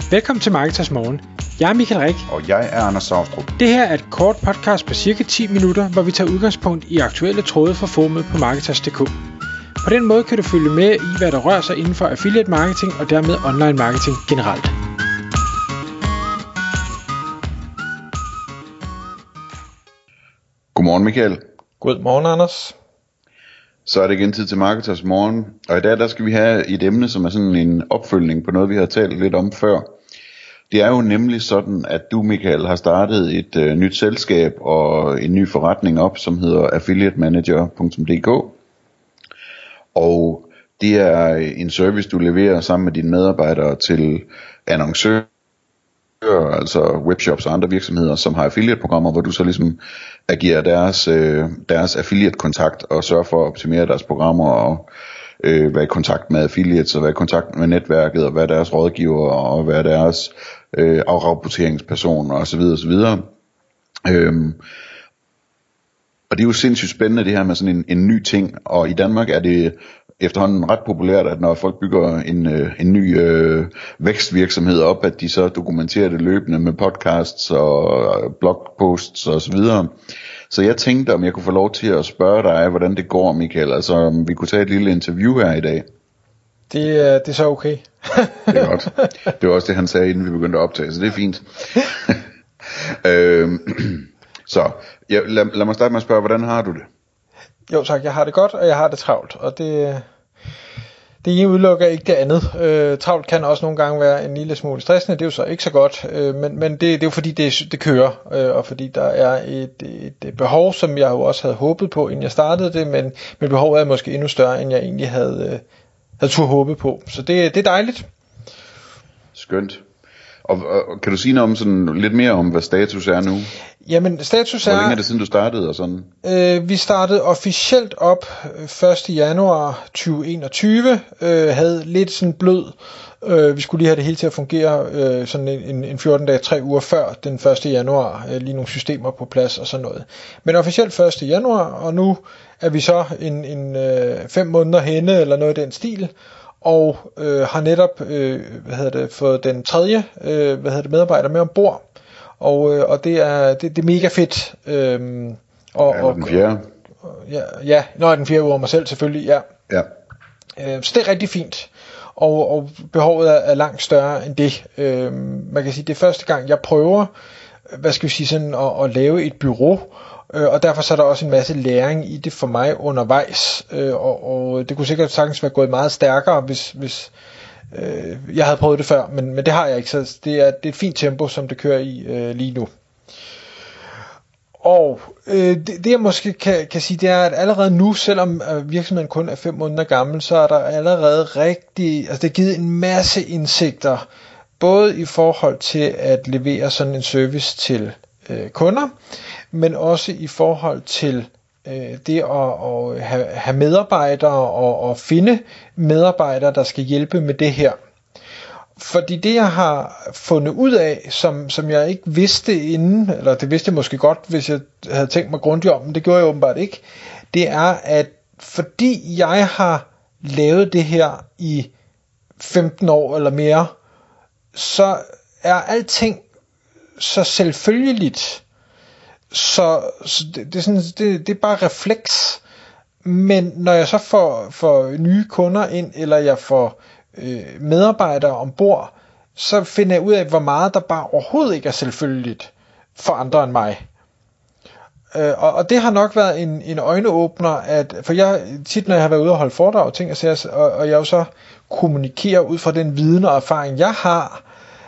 Velkommen til Marketers Morgen. Jeg er Michael Rik. Og jeg er Anders Saustrup. Det her er et kort podcast på cirka 10 minutter, hvor vi tager udgangspunkt i aktuelle tråde fra forumet på Marketers.dk. På den måde kan du følge med i, hvad der rører sig inden for affiliate marketing og dermed online marketing generelt. Godmorgen Michael. Godmorgen Anders. Så er det igen tid til Marketers Morgen. Og i dag der skal vi have et emne, som er sådan en opfølgning på noget, vi har talt lidt om før. Det er jo nemlig sådan, at du Michael har startet et nyt selskab og en ny forretning op, som hedder affiliatemanager.dk. Og det er en service, du leverer sammen med dine medarbejdere til annoncører, altså webshops og andre virksomheder, som har affiliate-programmer, hvor du så ligesom agerer deres affiliate-kontakt og sørger for at optimere deres programmer og være i kontakt med affiliates og være i kontakt med netværket og være deres rådgiver og være deres afrapporteringspersoner osv. osv. Og det er jo sindssygt spændende det her med sådan en ny ting, og i Danmark er det efterhånden ret populært, at når folk bygger en ny vækstvirksomhed op, at de så dokumenterer det løbende med podcasts og blogposts og så videre. Så jeg tænkte, om jeg kunne få lov til at spørge dig, hvordan det går, Michael. Altså om vi kunne tage et lille interview her i dag. Det er så okay. Det er godt. Det var også det, han sagde, inden vi begyndte at optage, så det er fint. Så lad mig starte med at spørge, hvordan har du det? Jo tak, jeg har det godt, og jeg har det travlt, og det ene udelukker ikke det andet. Travlt kan også nogle gange være en lille smule stressende, det er jo så ikke så godt, men det er jo fordi det kører, og fordi der er et behov, som jeg jo også havde håbet på, inden jeg startede det, men behovet er måske endnu større, end jeg egentlig havde turde håbe på, så det er dejligt. Skønt. Og kan du sige noget om sådan lidt mere om, hvad status er nu? Jamen, status er... Hvor længe er det siden du startede og sådan? Vi startede officielt op 1. januar 2021. Havde lidt sådan blød. Vi skulle lige have det hele til at fungere sådan en 14 dage, 3 uger før den 1. januar. Lige nogle systemer på plads og sådan noget. Men officielt 1. januar, og nu er vi så en 5 måneder henne eller noget i den stil. Og har netop fået den tredje medarbejder med ombord. Og det er mega fedt. Og den fjerde? Ja, den fjerde ud over mig selv selvfølgelig, ja. Så det er rigtig fint. Og behovet er langt større end det. Man kan sige, det er første gang, jeg prøver, sådan at lave et bureau. Og derfor så er der også en masse læring i det for mig undervejs. Og det kunne sikkert sagtens være gået meget stærkere, hvis jeg havde prøvet det før, men det har jeg ikke, så det er et fint tempo, som det kører i lige nu. Og det jeg måske kan sige, det er, at allerede nu, selvom virksomheden kun er 5 måneder gammel, så er der allerede det er givet en masse indsigter, både i forhold til at levere sådan en service til kunder, men også i forhold til det at have medarbejdere og finde medarbejdere, der skal hjælpe med det her. Fordi det jeg har fundet ud af, som jeg ikke vidste inden, eller det vidste jeg måske godt, hvis jeg havde tænkt mig grundigt om, men det gjorde jeg åbenbart ikke, det er, at fordi jeg har lavet det her i 15 år eller mere, så er alting så selvfølgeligt. Så det er bare refleks. Men når jeg så får nye kunder ind, eller jeg får medarbejdere ombord, så finder jeg ud af, hvor meget der bare overhovedet ikke er selvfølgelig for andre end mig. Og det har nok været en øjneåbner, for jeg tit, når jeg har været ude og holde foredrag og ting, og jeg jo så kommunikerer ud fra den viden og erfaring, jeg har,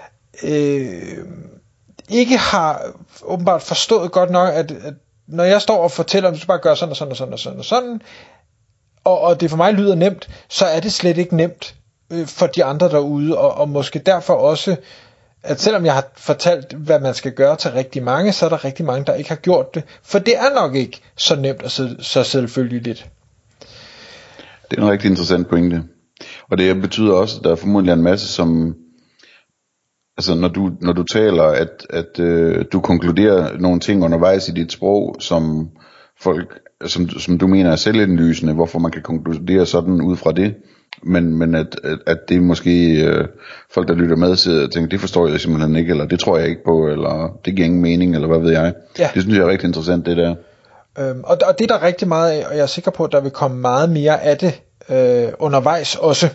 ikke har åbenbart forstået godt nok, at når jeg står og fortæller, at du skal bare gøre sådan og sådan og sådan og sådan og sådan, og det for mig lyder nemt, så er det slet ikke nemt for de andre derude, og måske derfor også, at selvom jeg har fortalt, hvad man skal gøre til rigtig mange, så er der rigtig mange, der ikke har gjort det, for det er nok ikke så nemt og så selvfølgeligt. Det er en rigtig interessant pointe, og det betyder også, at der er formodentlig en masse, som altså når du taler, at du konkluderer nogle ting undervejs i dit sprog, som folk, som du mener er selvindlysende, hvorfor man kan konkludere sådan ud fra det, men at det måske folk, der lytter med, sidder og tænker, det forstår jeg simpelthen ikke, eller det tror jeg ikke på, eller det giver ingen mening, eller hvad ved jeg. Ja. Det synes jeg er rigtig interessant, det der. Og det er der rigtig meget af, og jeg er sikker på, at der vil komme meget mere af det undervejs også.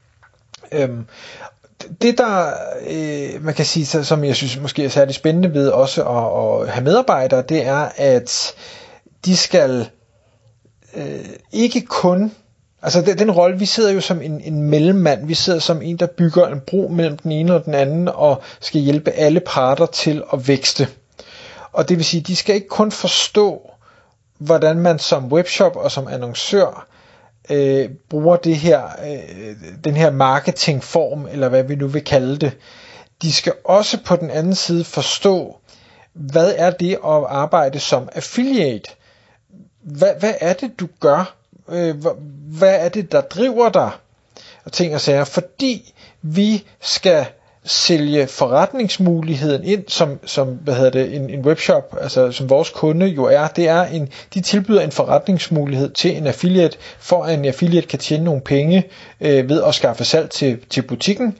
Det der, man kan sige, som jeg synes måske er særligt spændende ved også at have medarbejdere, det er, at de skal ikke kun, altså den rolle, vi sidder jo som en mellemmand, vi sidder som en, der bygger en bro mellem den ene og den anden, og skal hjælpe alle parter til at vækste. Og det vil sige, de skal ikke kun forstå, hvordan man som webshop og som annoncør bruger det her, den her marketingform, eller hvad vi nu vil kalde det. De skal også på den anden side forstå, hvad er det at arbejde som affiliate? Hvad er det, du gør? Hvad er det, der driver dig? Og ting og sager, fordi vi skal sælge forretningsmuligheden ind som en webshop, altså som vores kunde jo er, de tilbyder en forretningsmulighed til en affiliate, for at en affiliate kan tjene nogle penge ved at skaffe salg til butikken.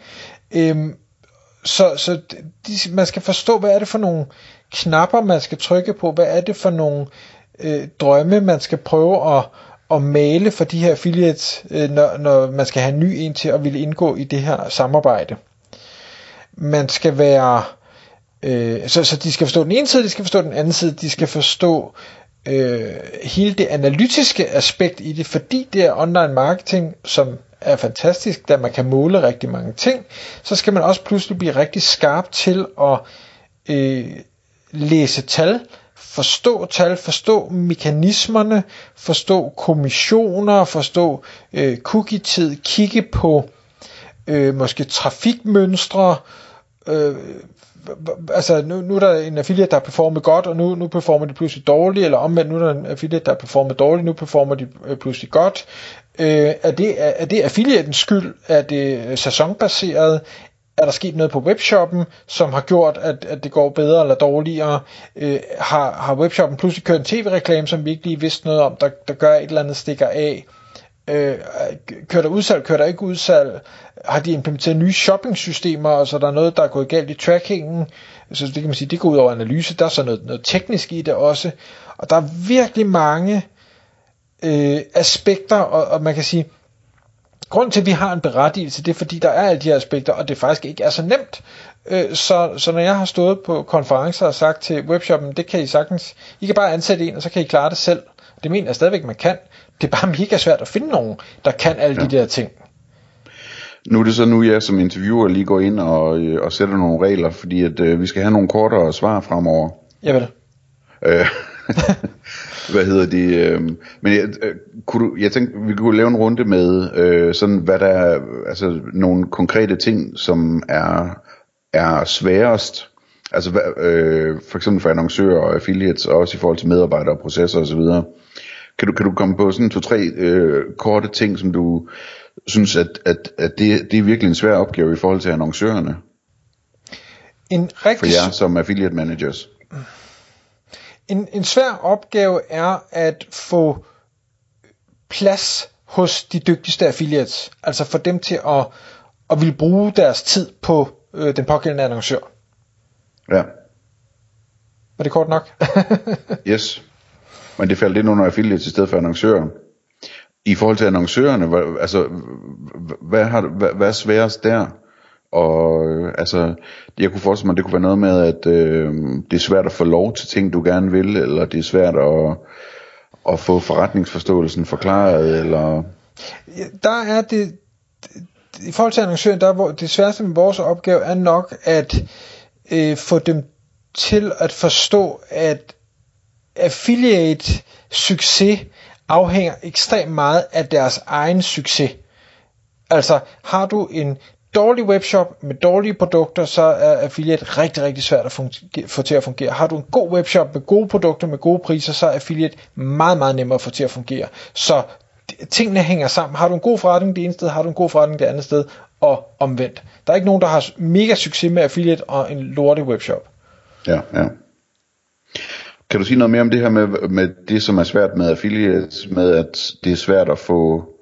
Man skal forstå, hvad er det for nogle knapper, man skal trykke på, hvad er det for nogle drømme, man skal prøve at male for de her affiliates, når man skal have en ny en til at ville indgå i det her samarbejde. Man skal være så de skal forstå den ene side, de skal forstå den anden side, de skal forstå hele det analytiske aspekt i det, fordi det er online marketing, som er fantastisk, da man kan måle rigtig mange ting, så skal man også pludselig blive rigtig skarp til at læse tal, forstå mekanismerne, forstå kommissioner, forstå cookie-tid, kigge på måske trafikmønstre, altså nu er der en affiliate, der performer godt, og nu performer de pludselig dårligt, eller omvendt, nu er der en affiliate, der performer dårligt, nu performer de pludselig godt. Er det affiliatens skyld? Er det sæsonbaseret? Er der sket noget på webshoppen, som har gjort, at det går bedre eller dårligere? Har webshoppen pludselig kørt en tv-reklame, som vi ikke lige vidste noget om, der gør et eller andet stikker af? Kører der udsalg, kører der ikke udsalg? Har de implementeret nye shopping-systemer, og så der er noget, der er gået galt i trackingen? Så det kan man sige, det går ud over analyse. Der er så noget teknisk i det også. Og der er virkelig mange aspekter, og man kan sige, grunden til, at vi har en berettigelse, det er, fordi der er alle de her aspekter, og det faktisk ikke er så nemt. Så når jeg har stået på konferencer og sagt til webshoppen, det kan I sagtens, I kan bare ansætte en, og så kan I klare det selv. Det mener jeg stadigvæk, man kan. Det er bare mega svært at finde nogen, der kan alle de der ting. Nu er det så nu, jeg som interviewer lige går ind og sætter nogle regler, fordi at vi skal have nogle kortere svar fremover. Jeg ved det. Hvad hedder det? Men jeg tænkte, vi kunne lave en runde med sådan, hvad der er, altså nogle konkrete ting, som er sværest. Altså for eksempel for annoncører og affiliates, og også i forhold til medarbejdere og processer osv. Kan du komme på sådan 2-3 korte ting, som du synes, at det er virkelig en svær opgave i forhold til annoncørerne? For jer som affiliate managers. En svær opgave er at få plads hos de dygtigste affiliates, altså for dem til at ville bruge deres tid på den pågældende annoncør. Ja. Var det kort nok? Yes. Men det faldt ind under affiliates i stedet for annoncører. I forhold til annoncørerne, hvad er sværest der? Og altså, jeg kunne forestille mig, at det kunne være noget med, at det er svært at få lov til ting, du gerne vil, eller det er svært at få forretningsforståelsen forklaret, eller... Der er det, i forhold til annoncøren, det sværeste med vores opgave er nok at få dem til at forstå, at affiliate succes afhænger ekstremt meget af deres egen succes. Altså, har du en dårlig webshop med dårlige produkter, så er affiliate rigtig, rigtig svært at få til at fungere. Har du en god webshop med gode produkter, med gode priser, så er affiliate meget, meget nemmere at få til at fungere. Så tingene hænger sammen. Har du en god forretning det ene sted, har du en god forretning det andet sted, og omvendt. Der er ikke nogen, der har mega succes med affiliate og en lortig webshop. Ja. Kan du sige noget mere om det her med det, som er svært med affiliates, med at det er svært at få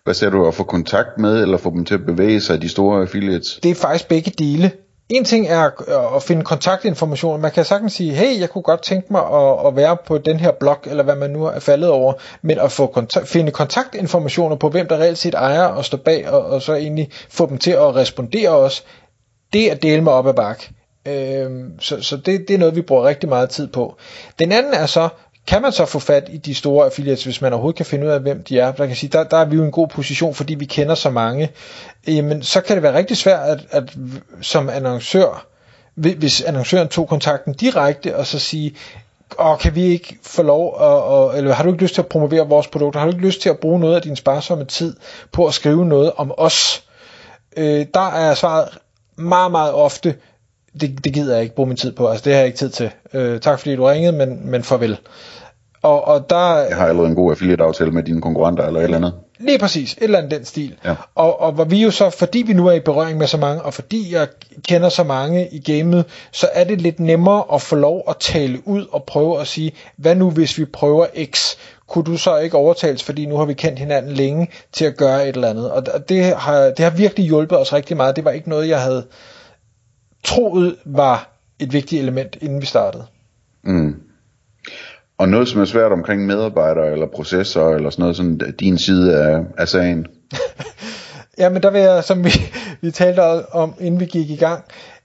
Hvad ser du, at få kontakt med, eller få dem til at bevæge sig, de store affiliates? Det er faktisk begge dele. En ting er at finde kontaktinformation. Man kan sagtens sige, hey, jeg kunne godt tænke mig at være på den her blog, eller hvad man nu er faldet over, men at få finde kontaktinformationer på, hvem der reelt set ejer og står bag, og så egentlig få dem til at respondere også, det er dele med op ad bakke. Så det er noget, vi bruger rigtig meget tid på. Den anden er så, kan man så få fat i de store affiliates, hvis man overhovedet kan finde ud af, hvem de er? Der kan sige, der er vi jo i en god position, fordi vi kender så mange. Men så kan det være rigtig svært at som annoncør, hvis annoncøren tog kontakten direkte, og så sige, kan vi ikke få lov, eller har du ikke lyst til at promovere vores produkter? Har du ikke lyst til at bruge noget af din sparsomme tid på at skrive noget om os? Der er svaret meget, meget ofte, det gider jeg ikke bruge min tid på, altså det har jeg ikke tid til. Tak fordi du ringede, men farvel. Og der, jeg har allerede en god affiliate-aftale med dine konkurrenter eller et eller andet. Lige præcis, et eller andet den stil. Ja. Og hvor vi jo så, fordi vi nu er i berøring med så mange, og fordi jeg kender så mange i gamet, så er det lidt nemmere at få lov at tale ud og prøve at sige, hvad nu hvis vi prøver X? Kunne du så ikke overtales, fordi nu har vi kendt hinanden længe, til at gøre et eller andet? Og det har virkelig hjulpet os rigtig meget. Det var ikke noget, jeg havde troet var et vigtigt element, inden vi startede. Mm. Og noget, som er svært omkring medarbejdere eller processer eller sådan noget, sådan din side af sagen? Ja, men der vil jeg, som vi talte om, inden vi gik i gang,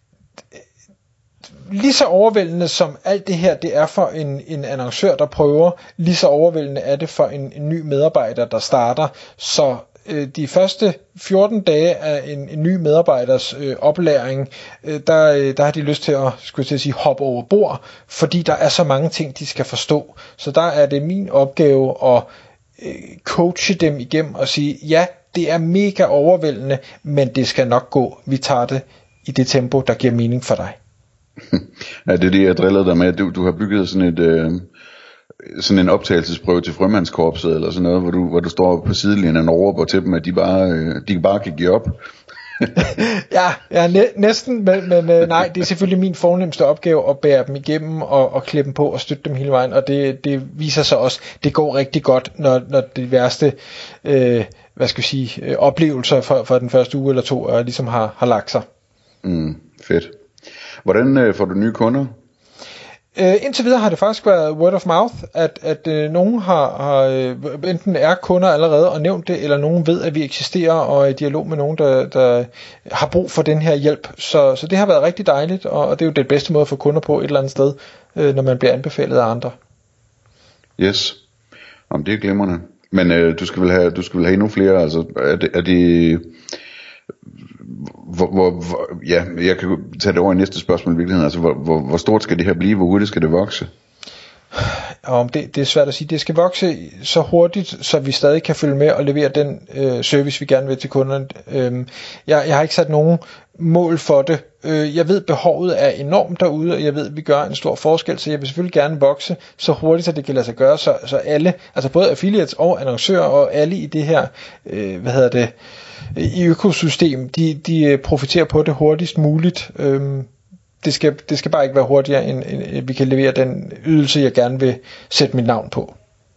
lige så overvældende som alt det her, det er for en annoncør, der prøver, lige så overvældende er det for en ny medarbejder, der starter. Så de første 14 dage af en ny medarbejders oplæring, der har de lyst til at hoppe over bord, fordi der er så mange ting, de skal forstå. Så der er det min opgave at coache dem igennem og sige, ja, det er mega overvældende, men det skal nok gå. Vi tager det i det tempo, der giver mening for dig. Ja, det er det, jeg drillede dig med. Du har bygget sådan en optagelsesprøve til frømandskorpset eller sådan noget, hvor du står på sidelinjen og råber til dem, at de bare kan give op. ja, næsten, men nej, det er selvfølgelig min fornemmeste opgave at bære dem igennem og klippe dem på og støtte dem hele vejen, og det viser sig også, det går rigtig godt, når de værste oplevelser for den første uge eller to ligesom har lagt sig. Fedt. Hvordan får du nye kunder? Indtil videre har det faktisk været word of mouth, at nogen har enten er kunder allerede og nævnt det, eller nogen ved, at vi eksisterer og er i dialog med nogen, der har brug for den her hjælp. Så det har været rigtig dejligt, og det er jo det bedste måde at få kunder på et eller andet sted, når man bliver anbefalet af andre. Yes, jamen, det er glimrende. Men du skal vel have endnu flere, altså er det ja, jeg kan tage det over i næste spørgsmål i virkeligheden. Altså, hvor stort skal det her blive? Hvor hurtigt skal det vokse? Det er svært at sige. Det skal vokse så hurtigt, så vi stadig kan følge med og levere den service, vi gerne vil til kunderne. Jeg har ikke sat nogen mål for det. Jeg ved, behovet er enormt derude, og jeg ved, at vi gør en stor forskel, så jeg vil selvfølgelig gerne vokse så hurtigt, så det kan lade sig gøre, så alle, altså både affiliates og annoncører og alle i det her, i økosystem, de profiterer på det hurtigst muligt. Det skal bare ikke være hurtigere, end vi kan levere den ydelse, jeg gerne vil sætte mit navn på.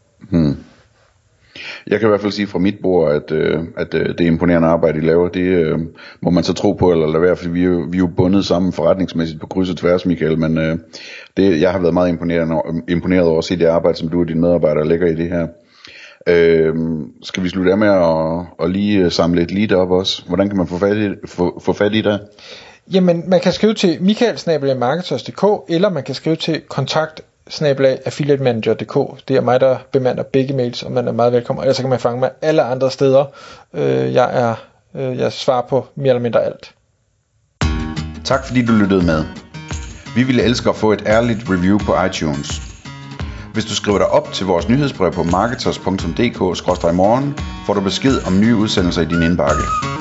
Jeg kan i hvert fald sige fra mit bord, at det imponerende arbejde, I laver, det må man så tro på eller lade være, fordi vi er jo bundet sammen forretningsmæssigt på kryds og tværs, Michael, men jeg har været meget imponeret over at se det arbejde, som du og dine medarbejdere lægger i det her. Skal vi slutte af med at lige samle et lead op også? Hvordan kan man få fat i det? Jamen, man kan skrive til michael@marketers.dk, eller man kan skrive til kontakt@affiliatemanager.dk. Det er mig, der bemander begge mails, og man er meget velkommen. Og ellers kan man fange mig alle andre steder. Jeg svarer på mere eller mindre alt. Tak fordi du lyttede med. Vi ville elske at få et ærligt review på iTunes. Hvis du skriver dig op til vores nyhedsbrev på marketers.dk/morgen, får du besked om nye udsendelser i din indbakke.